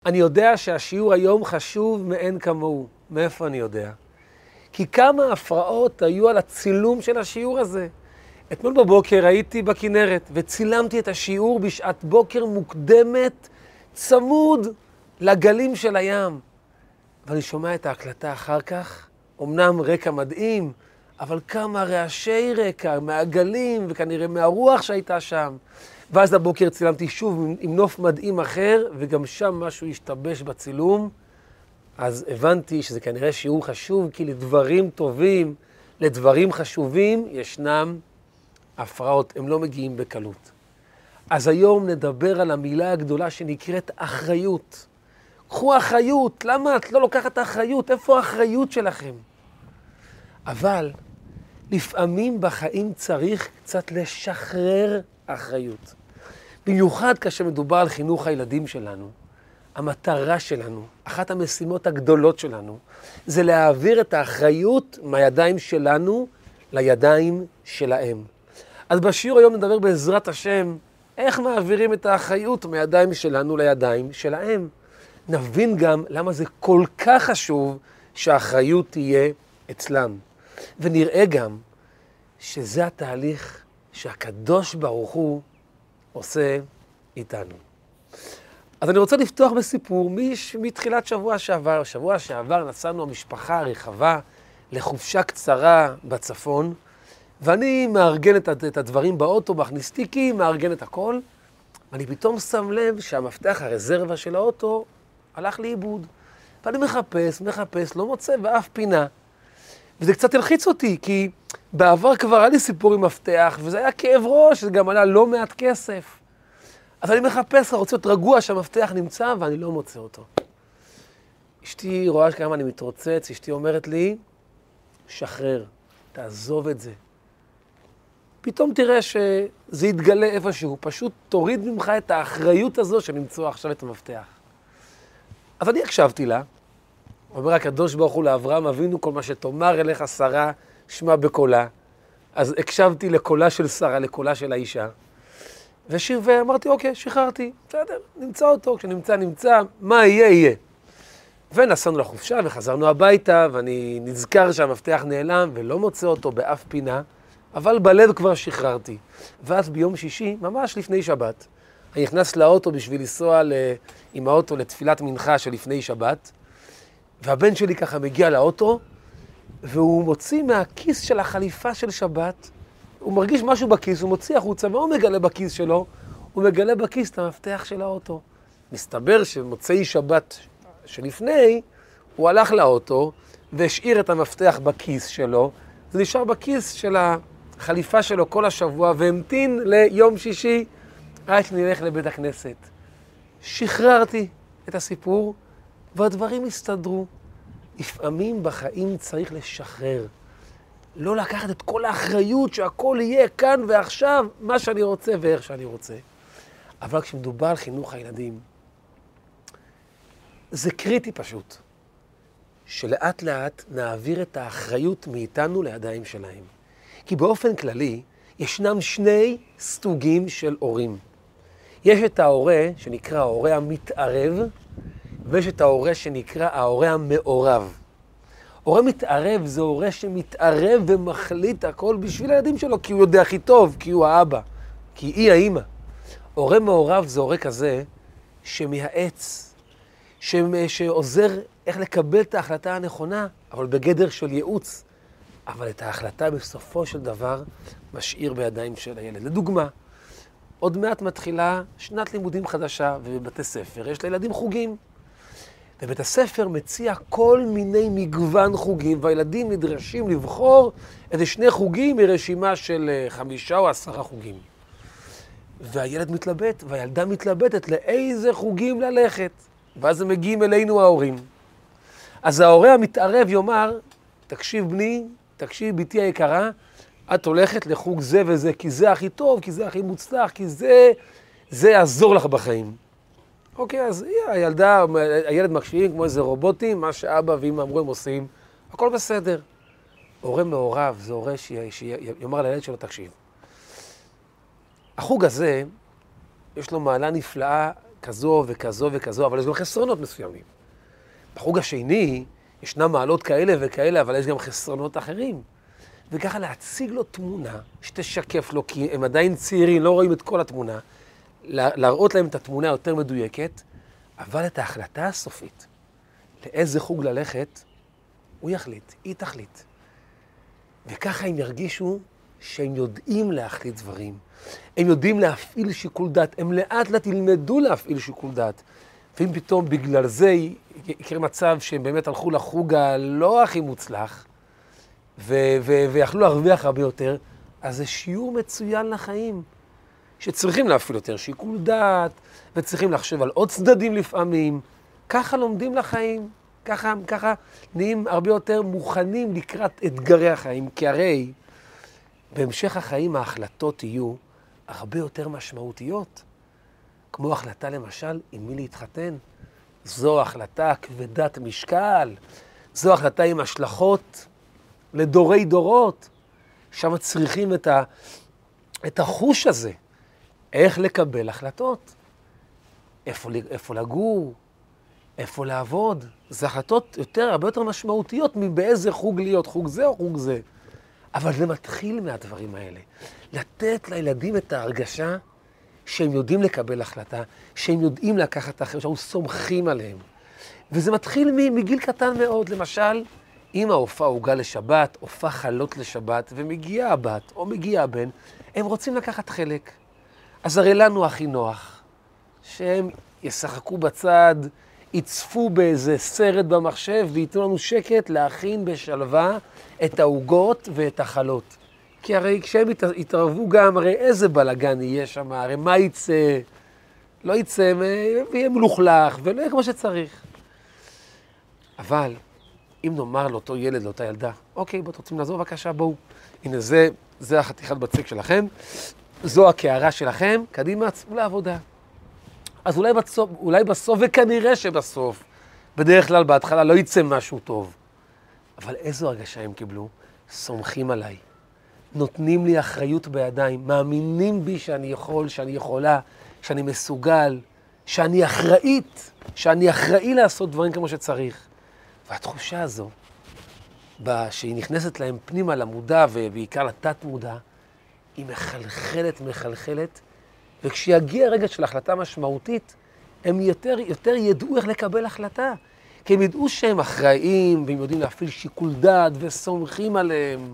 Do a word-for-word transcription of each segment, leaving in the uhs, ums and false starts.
אני יודע שהשיעור היום חשוב מאין כמוהו. מאיפה אני יודע? כי כמה הפרעות היו על הצילום של השיעור הזה. אתמול בבוקר הייתי בכנרת וצילמתי את השיעור בשעת בוקר מוקדמת, צמוד לגלים של הים. ואני שומע את ההקלטה אחר כך, אמנם רקע מדהים, אבל כמה רעשי רקע מהגלים וכנראה מהרוח שהייתה שם. ואז הבוקר צילמתי שוב עם, עם נוף מדהים אחר, וגם שם משהו השתבש בצילום. אז הבנתי שזה כנראה שיעור חשוב, כי לדברים טובים, לדברים חשובים, ישנם הפרעות, הם לא מגיעים בקלות. אז היום נדבר על המילה הגדולה שנקראת אחריות. קחו אחריות, למה את לא לוקחת האחריות? איפה האחריות שלכם? אבל לפעמים בחיים צריך קצת לשחרר אחריות. במיוחד כאשר מדובר על חינוך הילדים שלנו, המטרה שלנו, אחת המשימות הגדולות שלנו, זה להעביר את האחריות מהידיים שלנו לידיים שלהם. אז בשיעור היום נדבר בעזרת השם, איך מעבירים את האחריות מהידיים שלנו לידיים שלהם. נבין גם למה זה כל כך חשוב שהאחריות תהיה אצלם. ונראה גם שזה התהליך שהקדוש ברוך הוא עושה איתנו. אז אני רוצה לפתוח בסיפור מתחילת שבוע שעבר. שבוע שעבר נסענו המשפחה הרחבה לחופשה קצרה בצפון, ואני מארגן את הדברים באוטו, מכניס תיקים, מארגן את הכל, ואני פתאום שם לב שהמפתח הרזרבה של האוטו הלך לאיבוד. ואני מחפש, מחפש, לא מוצא באף פינה. וזה קצת הלחיץ אותי, כי בעבר כבר היה לי סיפור עם מפתח, וזה היה כאב ראש, זה גם עלה לא מעט כסף. אז אני מחפש, רוצה להיות רגוע שהמפתח נמצא, ואני לא מוצא אותו. אשתי רואה שכמה אני מתרוצץ, אשתי אומרת לי, שחרר, תעזוב את זה. פתאום תראה שזה יתגלה איפשהו, פשוט תוריד ממך את האחריות הזו שנמצוא עכשיו את המפתח. אז אני הקשבתי לה, אומר הקדוש ברוך הוא לאברהם אבינו, כל מה שתאמר אליך שרה, שמע בקולה. אז הקשבתי לקולה של שרה, לקולה של האישה. ושיר, ואמרתי, אוקיי, שחררתי, בסדר, נמצא אותו, כשנמצא, נמצא, מה יהיה, יהיה. ונסענו לחופשה וחזרנו הביתה, ואני נזכר שהמפתח נעלם ולא מוצא אותו באף פינה, אבל בלב כבר שחררתי. ואז ביום שישי, ממש לפני שבת, אני נכנס לאוטו בשביל לנסוע ל... עם האוטו לתפילת מנחה של לפני שבת, והבן שלי ככה מגיע לאוטו, והוא מוציא מהכיס של החליפה של שבת, הוא מרגיש משהו בכיס, הוא מוציא החוצה, מה הוא מגלה בכיס שלו? הוא מגלה בכיס את המפתח של האוטו. מסתבר שמוצאי שבת שלפני, הוא הלך לאוטו, והשאיר את המפתח בכיס שלו, זה נשאר בכיס של החליפה שלו כל השבוע, והמתין ליום שישי, רק שנלך לבית הכנסת. שחררתי את הסיפור, והדברים הסתדרו. לפעמים בחיים צריך לשחרר. לא לקחת את כל האחריות שהכל יהיה כאן ועכשיו, מה שאני רוצה ואיך שאני רוצה. אבל כשמדובר על חינוך הילדים, זה קריטי פשוט, שלאט לאט נעביר את האחריות מאיתנו לידיים שלהם. כי באופן כללי, ישנם שני סוגים של הורים. יש את ההורה שנקרא ההורה המתערב, ויש את ההורה שנקרא ההורה המעורב. הורה מתערב זה הורה שמתערב ומחליט הכל בשביל הילדים שלו, כי הוא יודע הכי טוב, כי הוא האבא, כי היא האמא. הורה מעורב זה הורה כזה שמייעץ, שעוזר איך לקבל את ההחלטה הנכונה, אבל בגדר של ייעוץ. אבל את ההחלטה בסופו של דבר משאיר בידיים של הילד. לדוגמה, עוד מעט מתחילה שנת לימודים חדשה ובבתי ספר יש לילדים חוגים. ובית הספר מציע כל מיני מגוון חוגים, והילדים נדרשים לבחור איזה שני חוגים מרשימה של חמישה או עשרה חוגים. והילד מתלבט, והילדה מתלבטת לאיזה חוגים ללכת. ואז הם מגיעים אלינו ההורים. אז ההורה המתערב יאמר, תקשיב בני, תקשיב ביתי היקרה, את הולכת לחוג זה וזה, כי זה הכי טוב, כי זה הכי מוצלח, כי זה, זה יעזור לך בחיים. אוקיי, אז הילדה, הילד מקשיבים כמו איזה רובוטים, מה שאבא ואמא אמרו הם עושים, הכל בסדר. הורה מעורב, זה הורה שיאמר לילד שלו, תקשיב. החוג הזה, יש לו מעלה נפלאה כזו וכזו וכזו, אבל יש גם חסרונות מסוימים. בחוג השני ישנם מעלות כאלה וכאלה, אבל יש גם חסרונות אחרים. וככה להציג לו תמונה שתשקף לו, כי הם עדיין צעירים, לא רואים את כל התמונה, להראות להם את התמונה יותר מדויקת, אבל את ההחלטה הסופית, לאיזה חוג ללכת, הוא יחליט, היא תחליט. וככה הם ירגישו שהם יודעים להחליט דברים. הם יודעים להפעיל שיקול דעת, הם לאט לאט ילמדו להפעיל שיקול דעת. ואם פתאום בגלל זה יקרה מצב שהם באמת הלכו לחוג הלא הכי מוצלח, ו- ו- ויכלו להרוויח הרבה יותר, אז זה שיעור מצוין לחיים, שצריכים להפעיל יותר שיקול דעת, וצריכים לחשוב על עוד צדדים לפעמים. ככה לומדים לחיים, ככה, ככה נהיים הרבה יותר מוכנים לקראת אתגרי החיים, כי הרי בהמשך החיים ההחלטות יהיו הרבה יותר משמעותיות, כמו החלטה למשל עם מי להתחתן. זו החלטה כבדת משקל, זו החלטה עם השלכות לדורי דורות. שם צריכים את, ה, את החוש הזה, איך לקבל החלטות, איפה, איפה לגור, איפה לעבוד. זה החלטות יותר, הרבה יותר משמעותיות מבאיזה חוג להיות, חוג זה או חוג זה. אבל זה מתחיל מהדברים האלה. לתת לילדים את ההרגשה שהם יודעים לקבל החלטה, שהם יודעים לקחת אחרת, שאנחנו סומכים עליהם. וזה מתחיל מגיל קטן מאוד. למשל, אמא הופעה עוגה לשבת, הופעה חלות לשבת, ומגיעה הבת או מגיע הבן, הם רוצים לקחת חלק. אז הרי לנו הכי נוח, שהם ישחקו בצד, יצפו באיזה סרט במחשב, וייתנו לנו שקט להכין בשלווה את העוגות ואת החלות. כי הרי כשהם יתערבו גם, הרי איזה בלגן יהיה שם, הרי מה יצא? לא יצא, ויהיה מלוכלך, ולא יהיה כמו שצריך. אבל אם נאמר לאותו ילד, לאותה ילדה, אוקיי, בואו רוצים לעזור, בבקשה, בואו. הנה, זה, זה החתיכת בצק שלכם, זו הקערה שלכם, קדימה, צאו לעבודה. אז אולי בסוף, אולי בסוף, וכנראה שבסוף, בדרך כלל בהתחלה לא יצא משהו טוב. אבל איזו הרגשה הם קיבלו? סומכים עליי. נותנים לי אחריות בידיים, מאמינים בי שאני יכול, שאני יכולה, שאני מסוגל, שאני אחראית, שאני אחראי לעשות דברים כמו שצריך. והתחושה הזו, שהיא נכנסת להם פנימה למודע ובעיקר לתת מודע, היא מחלחלת, מחלחלת, וכשיגיע רגע של החלטה משמעותית, הם יותר, יותר ידעו איך לקבל החלטה. כי הם ידעו שהם אחראים, והם יודעים להפעיל שיקול דעת, וסומכים עליהם.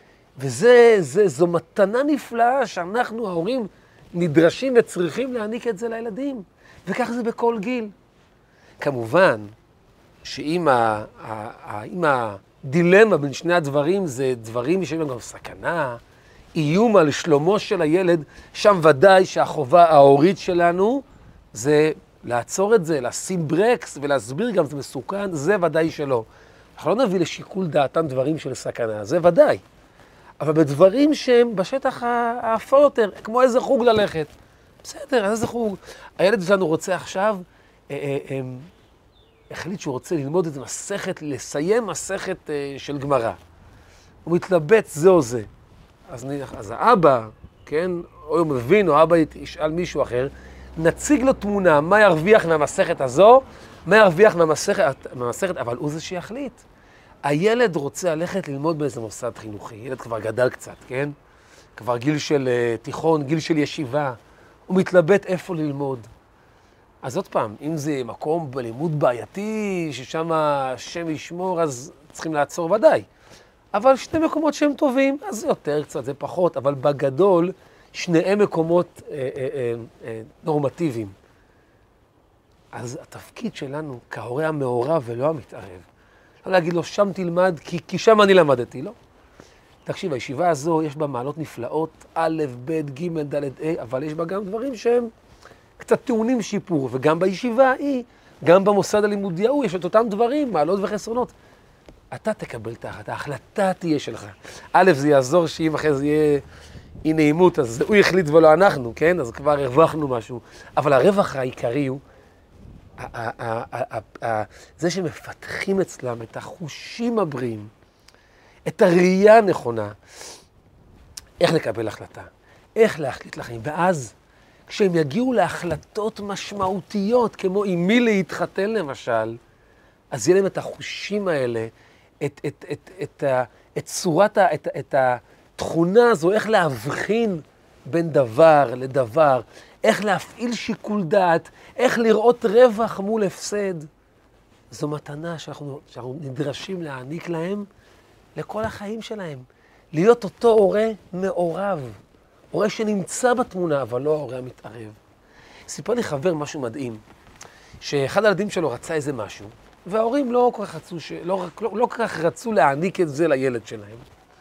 וזה, זה, זו מתנה נפלאה שאנחנו, ההורים, נדרשים וצריכים להעניק את זה לילדים. וכך זה בכל גיל. כמובן, שאם ה, ה, ה, הדילמה בין שני הדברים זה דברים שיש להם גם סכנה, איום על שלומו של הילד, שם ודאי שהחובה ההורית שלנו זה לעצור את זה, לשים ברקס ולהסביר גם זה מסוכן, זה ודאי שלא. אנחנו לא נביא לשיקול דעתם דברים של סכנה, זה ודאי. אבל בדברים שהם בשטח האפור יותר, כמו איזה חוג ללכת. בסדר, אז איזה חוג. הילד שלנו רוצה עכשיו, אה, אה, אה, החליט שהוא רוצה ללמוד את מסכת, לסיים מסכת אה, של גמרא. הוא מתלבט זה או זה. אז, אז האבא, כן, או הוא מבין, או האבא ישאל מישהו אחר, נציג לו תמונה, מה ירוויח מהמסכת הזו, מה ירוויח מהמסכת, מהמסכת, אבל הוא זה שיחליט. הילד רוצה ללכת ללמוד באיזה מוסד חינוכי, ילד כבר גדל קצת, כן? כבר גיל של uh, תיכון, גיל של ישיבה, הוא מתלבט איפה ללמוד. אז עוד פעם, אם זה מקום בלימוד בעייתי, ששם השם ישמור, אז צריכים לעצור ודאי. אבל שני מקומות שהם טובים, אז זה יותר קצת, זה פחות, אבל בגדול, שניהם מקומות אה, אה, אה, אה, נורמטיביים. אז התפקיד שלנו כהורה המעורב ולא המתערב, לא להגיד לו, שם תלמד, כי, כי שם אני למדתי, לא? תקשיב, הישיבה הזו יש בה מעלות נפלאות, א', ב', ג', ד', ה', אבל יש בה גם דברים שהם קצת טעונים שיפור, וגם בישיבה היא, גם במוסד הלימודי ההוא, יש את אותם דברים, מעלות וחסרונות. אתה תקבל את ההחלטה, ההחלטה תהיה שלך. א', זה יעזור שאם אחרי זה יהיה אי נעימות, אז הוא יחליט ולא אנחנו, כן? אז כבר הרווחנו משהו. אבל הרווח העיקרי הוא, זה שמפתחים אצלם את החושים הבריאים, את הראייה הנכונה, איך לקבל החלטה, איך להחליט לחיים. ואז, כשהם יגיעו להחלטות משמעותיות, כמו עם מי להתחתן למשל, אז יהיה להם את החושים האלה, את, את, את, את, את, את צורת, את, את התכונה הזו, איך להבחין בין דבר לדבר, איך להפעיל שיקול דעת, איך לראות רווח מול הפסד. זו מתנה שאנחנו, שאנחנו נדרשים להעניק להם לכל החיים שלהם. להיות אותו הורה מעורב, הורה שנמצא בתמונה, אבל לא ההורה המתערב. סיפר לי חבר משהו מדהים, שאחד הילדים שלו רצה איזה משהו, וההורים לא כל כך רצו, ש... לא, לא, לא כל כך רצו להעניק את זה לילד שלהם.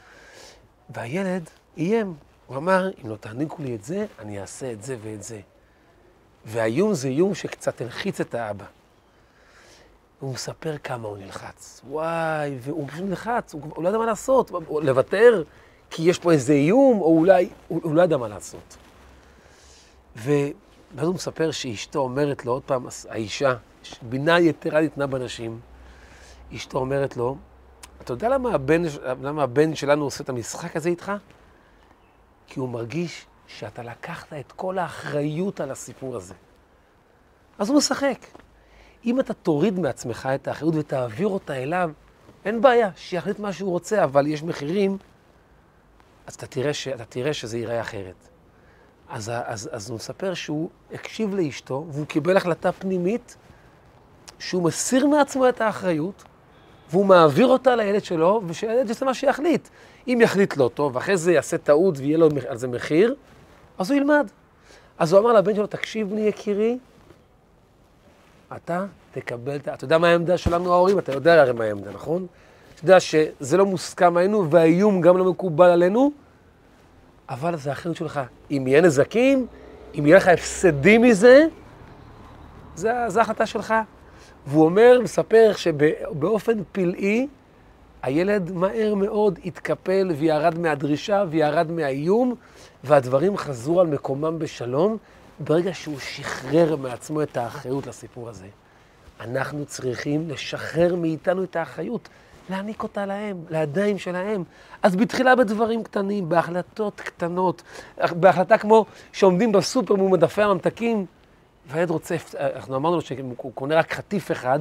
והילד איים, הוא אמר, אם לא תעניקו לי את זה, אני אעשה את זה ואת זה. והאיום זה איום שקצת הלחיץ את האבא. הוא מספר כמה הוא נלחץ. וואי, והוא פשוט נלחץ, הוא, הוא לא יודע מה לעשות, לוותר, כי יש פה איזה איום, או אולי, הוא, הוא לא יודע מה לעשות. ואז הוא מספר שאשתו אומרת לו, עוד פעם, האישה, בינה יתרה ניתנה בנשים, אשתו אומרת לו, אתה יודע למה הבן, למה הבן שלנו עושה את המשחק הזה איתך? כי הוא מרגיש שאתה לקחת את כל האחריות על הסיפור הזה. אז הוא משחק. אם אתה תוריד מעצמך את האחריות ותעביר אותה אליו, אין בעיה, שיחליט מה שהוא רוצה, אבל יש מחירים, אז אתה תראה, ש... אתה תראה שזה ייראה אחרת. אז, אז, אז הוא מספר שהוא הקשיב לאשתו, והוא קיבל החלטה פנימית, שהוא מסיר מעצמו את האחריות, והוא מעביר אותה לילד שלו, ושילד יעשה מה שיחליט. אם יחליט לא טוב, ואחרי זה יעשה טעות ויהיה לו על זה מחיר, אז הוא ילמד. אז הוא אמר לבן שלו, תקשיב בני יקירי, אתה תקבל, אתה יודע מה העמדה שלנו ההורים? אתה יודע הרי מה העמדה, נכון? אתה יודע שזה לא מוסכם עלינו, והאיום גם לא מקובל עלינו, אבל זה האחריות שלך. אם יהיה נזקים, אם יהיה לך הפסדים מזה, זה, זה ההחלטה שלך. והוא אומר, מספר שבאופן פלאי, הילד מהר מאוד התקפל וירד מהדרישה וירד מהאיום, והדברים חזרו על מקומם בשלום, ברגע שהוא שחרר מעצמו את האחריות לסיפור הזה. אנחנו צריכים לשחרר מאיתנו את האחריות, להעניק אותה להם, לידיים שלהם. אז בתחילה בדברים קטנים, בהחלטות קטנות, בהחלטה כמו שעומדים בסופר מול מדפי הממתקים, והילד רוצה, אנחנו אמרנו לו שהוא קונה רק חטיף אחד,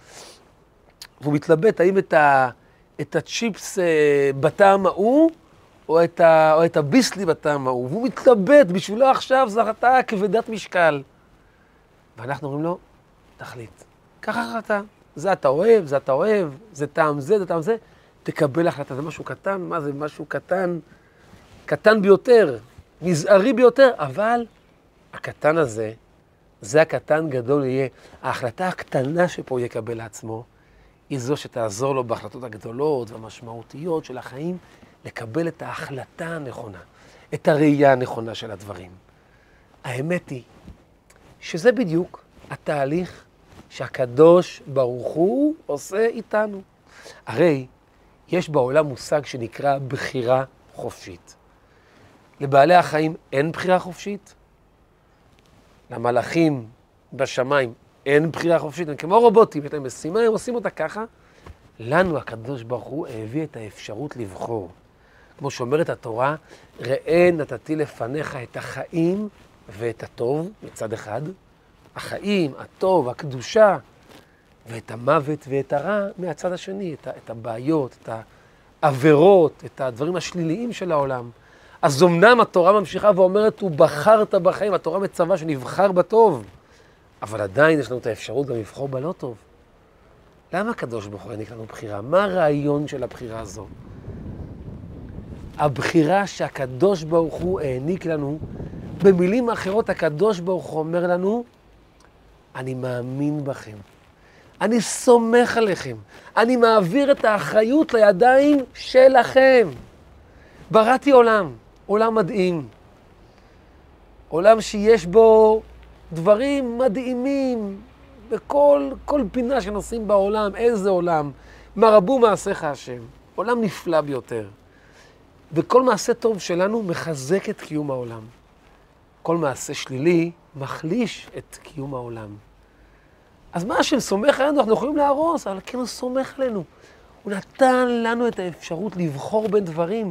והוא מתלבט האם את, ה, את הצ'יפס בטעם ההוא, או את, ה, או את הביסלי בטעם ההוא, והוא מתלבט, בשבילו עכשיו זו החלטה כבדת משקל. ואנחנו אומרים לו, תחליט, קח החלטה, זה אתה אוהב, זה אתה אוהב, זה טעם זה, זה טעם זה, תקבל החלטה, זה משהו קטן, מה זה משהו קטן, קטן ביותר, מזערי ביותר, אבל הקטן הזה, זה הקטן גדול יהיה. ההחלטה הקטנה שפה הוא יקבל לעצמו, היא זו שתעזור לו בהחלטות הגדולות והמשמעותיות של החיים, לקבל את ההחלטה הנכונה, את הראייה הנכונה של הדברים. האמת היא שזה בדיוק התהליך שהקדוש ברוך הוא עושה איתנו. הרי יש בעולם מושג שנקרא בחירה חופשית. לבעלי החיים אין בחירה חופשית, למלאכים בשמיים אין בחירה חופשית, הם כמו רובוטים, יש להם משימה, הם עושים אותה ככה. לנו הקדוש ברוך הוא הביא את האפשרות לבחור. כמו שאומרת התורה, ראה נתתי לפניך את החיים ואת הטוב מצד אחד, החיים, הטוב, הקדושה, ואת המוות ואת הרע מהצד השני, את, את הבעיות, את העבירות, את הדברים השליליים של העולם. אז אמנם התורה ממשיכה ואומרת, הוא בחרת בחיים, התורה מצווה שנבחר בטוב, אבל עדיין יש לנו את האפשרות גם לבחור בלא טוב. למה הקדוש ברוך הוא העניק לנו בחירה? מה הרעיון של הבחירה הזו? הבחירה שהקדוש ברוך הוא העניק לנו, במילים אחרות הקדוש ברוך הוא אומר לנו, אני מאמין בכם, אני סומך עליכם, אני מעביר את האחריות לידיים שלכם. בראתי עולם, עולם מדהים, עולם שיש בו דברים מדהימים, בכל כל פינה שנושאים בעולם, איזה עולם, מה רבו מעשיך השם, עולם נפלא ביותר. וכל מעשה טוב שלנו מחזק את קיום העולם. כל מעשה שלילי מחליש את קיום העולם. אז מה השם סומך עלינו, אנחנו יכולים להרוס, אבל כן הוא סומך עלינו. הוא נתן לנו את האפשרות לבחור בין דברים.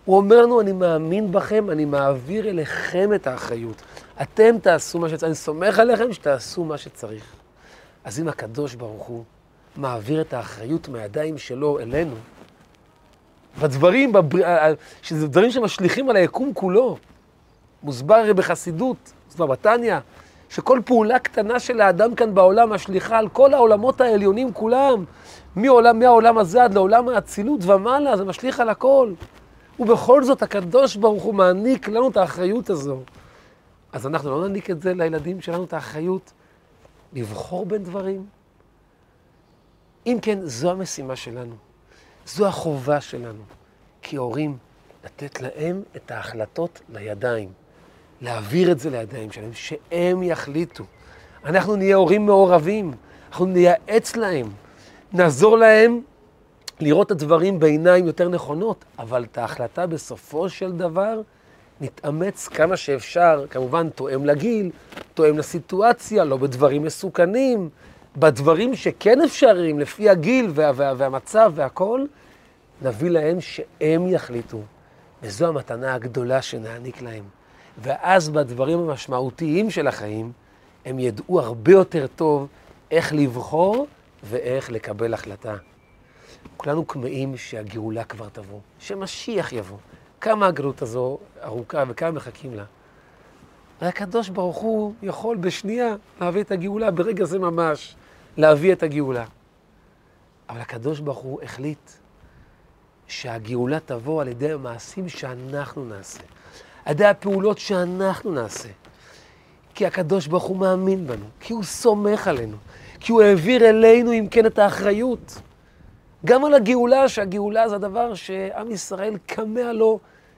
הוא אומר לנו, אני מאמין בכם, אני מעביר אליכם את האחריות. אתם תעשו מה שצריך, אני סומך עליכם שתעשו מה שצריך. אז אם הקדוש ברוך הוא מעביר את האחריות מהידיים שלו אלינו, בדברים, בבר... שזה דברים שמשליכים על היקום כולו, מוסבר הרי בחסידות, מוסבר בתניא, שכל פעולה קטנה של האדם כאן בעולם משליכה על כל העולמות העליונים כולם, מעולם, מהעולם הזה עד לעולם האצילות ומעלה, זה משליך על הכל. ובכל זאת הקדוש ברוך הוא מעניק לנו את האחריות הזו. אז אנחנו לא נעניק את זה לילדים שלנו, את האחריות, לבחור בין דברים. אם כן, זו המשימה שלנו, זו החובה שלנו, כהורים, לתת להם את ההחלטות לידיים, להעביר את זה לידיים שלהם, שהם יחליטו. אנחנו נהיה הורים מעורבים, אנחנו נייעץ להם, נעזור להם לראות את הדברים בעיניים יותר נכונות, אבל את ההחלטה בסופו של דבר נתאמץ כמה שאפשר, כמובן תואם לגיל, תואם לסיטואציה, לא בדברים מסוכנים, בדברים שכן אפשריים לפי הגיל וה, וה, והמצב והכל, נביא להם שהם יחליטו. וזו המתנה הגדולה שנעניק להם. ואז בדברים המשמעותיים של החיים, הם ידעו הרבה יותר טוב איך לבחור ואיך לקבל החלטה. כולנו כמאים שהגאולה כבר תבוא, שמשיח יבוא. כמה הגלות הזו ארוכה וכמה מחכים לה. הקדוש ברוך הוא יכול בשנייה להביא את הגאולה, ברגע זה ממש להביא את הגאולה. אבל הקדוש ברוך הוא החליט שהגאולה תבוא על ידי המעשים שאנחנו נעשה, על ידי הפעולות שאנחנו נעשה. כי הקדוש ברוך הוא מאמין בנו, כי הוא סומך עלינו, כי הוא העביר אלינו אם כן את האחריות. גם על הגאולה, שהגאולה זה הדבר שעם ישראל קמא לו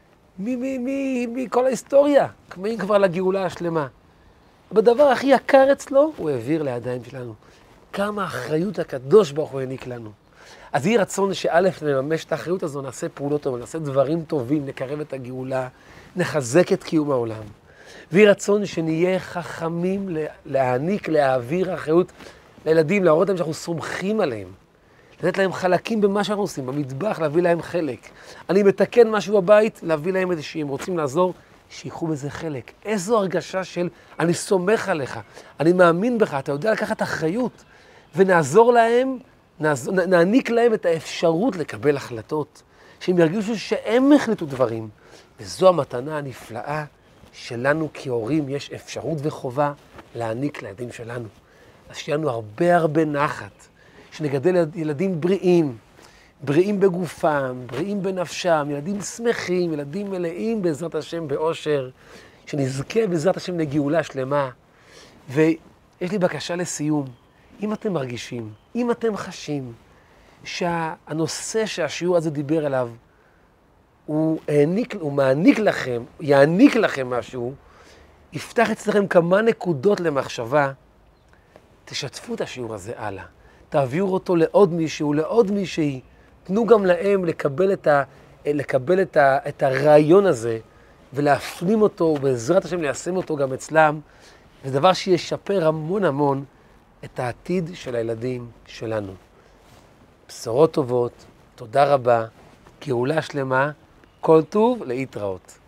מכל ההיסטוריה, קמאים כבר לגאולה השלמה. בדבר הכי יקר אצלו, הוא העביר לידיים שלנו. כמה אחריות הקדוש ברוך הוא העניק לנו. אז יהי רצון שא' נממש את האחריות הזו, נעשה פעולות טובות, נעשה דברים טובים, נקרב את הגאולה, נחזק את קיום העולם. ויהי רצון שנהיה חכמים להעניק, להעביר אחריות לילדים, להראות להם שאנחנו סומכים עליהם. לתת להם חלקים במה שאנחנו עושים, במטבח, להביא להם חלק. אני מתקן משהו בבית, להביא להם איזה שהם רוצים לעזור, שיקחו בזה חלק. איזו הרגשה של, אני סומך עליך, אני מאמין בך, אתה יודע לקחת אחריות, ונעזור להם, נעזור, נעניק להם את האפשרות לקבל החלטות, שהם ירגישו שהם החליטו דברים. וזו המתנה הנפלאה שלנו כהורים, יש אפשרות וחובה להעניק לילדים שלנו. אז שיהיה לנו הרבה הרבה נחת. שנגדל ילדים בריאים, בריאים בגופם, בריאים בנפשם, ילדים שמחים, ילדים מלאים בעזרת השם באושר, שנזכה בעזרת השם לגאולה שלמה. ויש לי בקשה לסיום, אם אתם מרגישים, אם אתם חשים, שהנושא שהשיעור הזה דיבר עליו, הוא, העניק, הוא מעניק לכם, יעניק לכם משהו, יפתח אצלכם כמה נקודות למחשבה, תשתפו את השיעור הזה הלאה. תעבירו אותו לעוד מישהו, לעוד מישהי. תנו גם להם לקבל את, ה, לקבל את, ה, את הרעיון הזה ולהפנים אותו, ובעזרת השם ליישם אותו גם אצלם. זה דבר שישפר המון המון את העתיד של הילדים שלנו. בשורות טובות, תודה רבה, גאולה שלמה, כל טוב להתראות.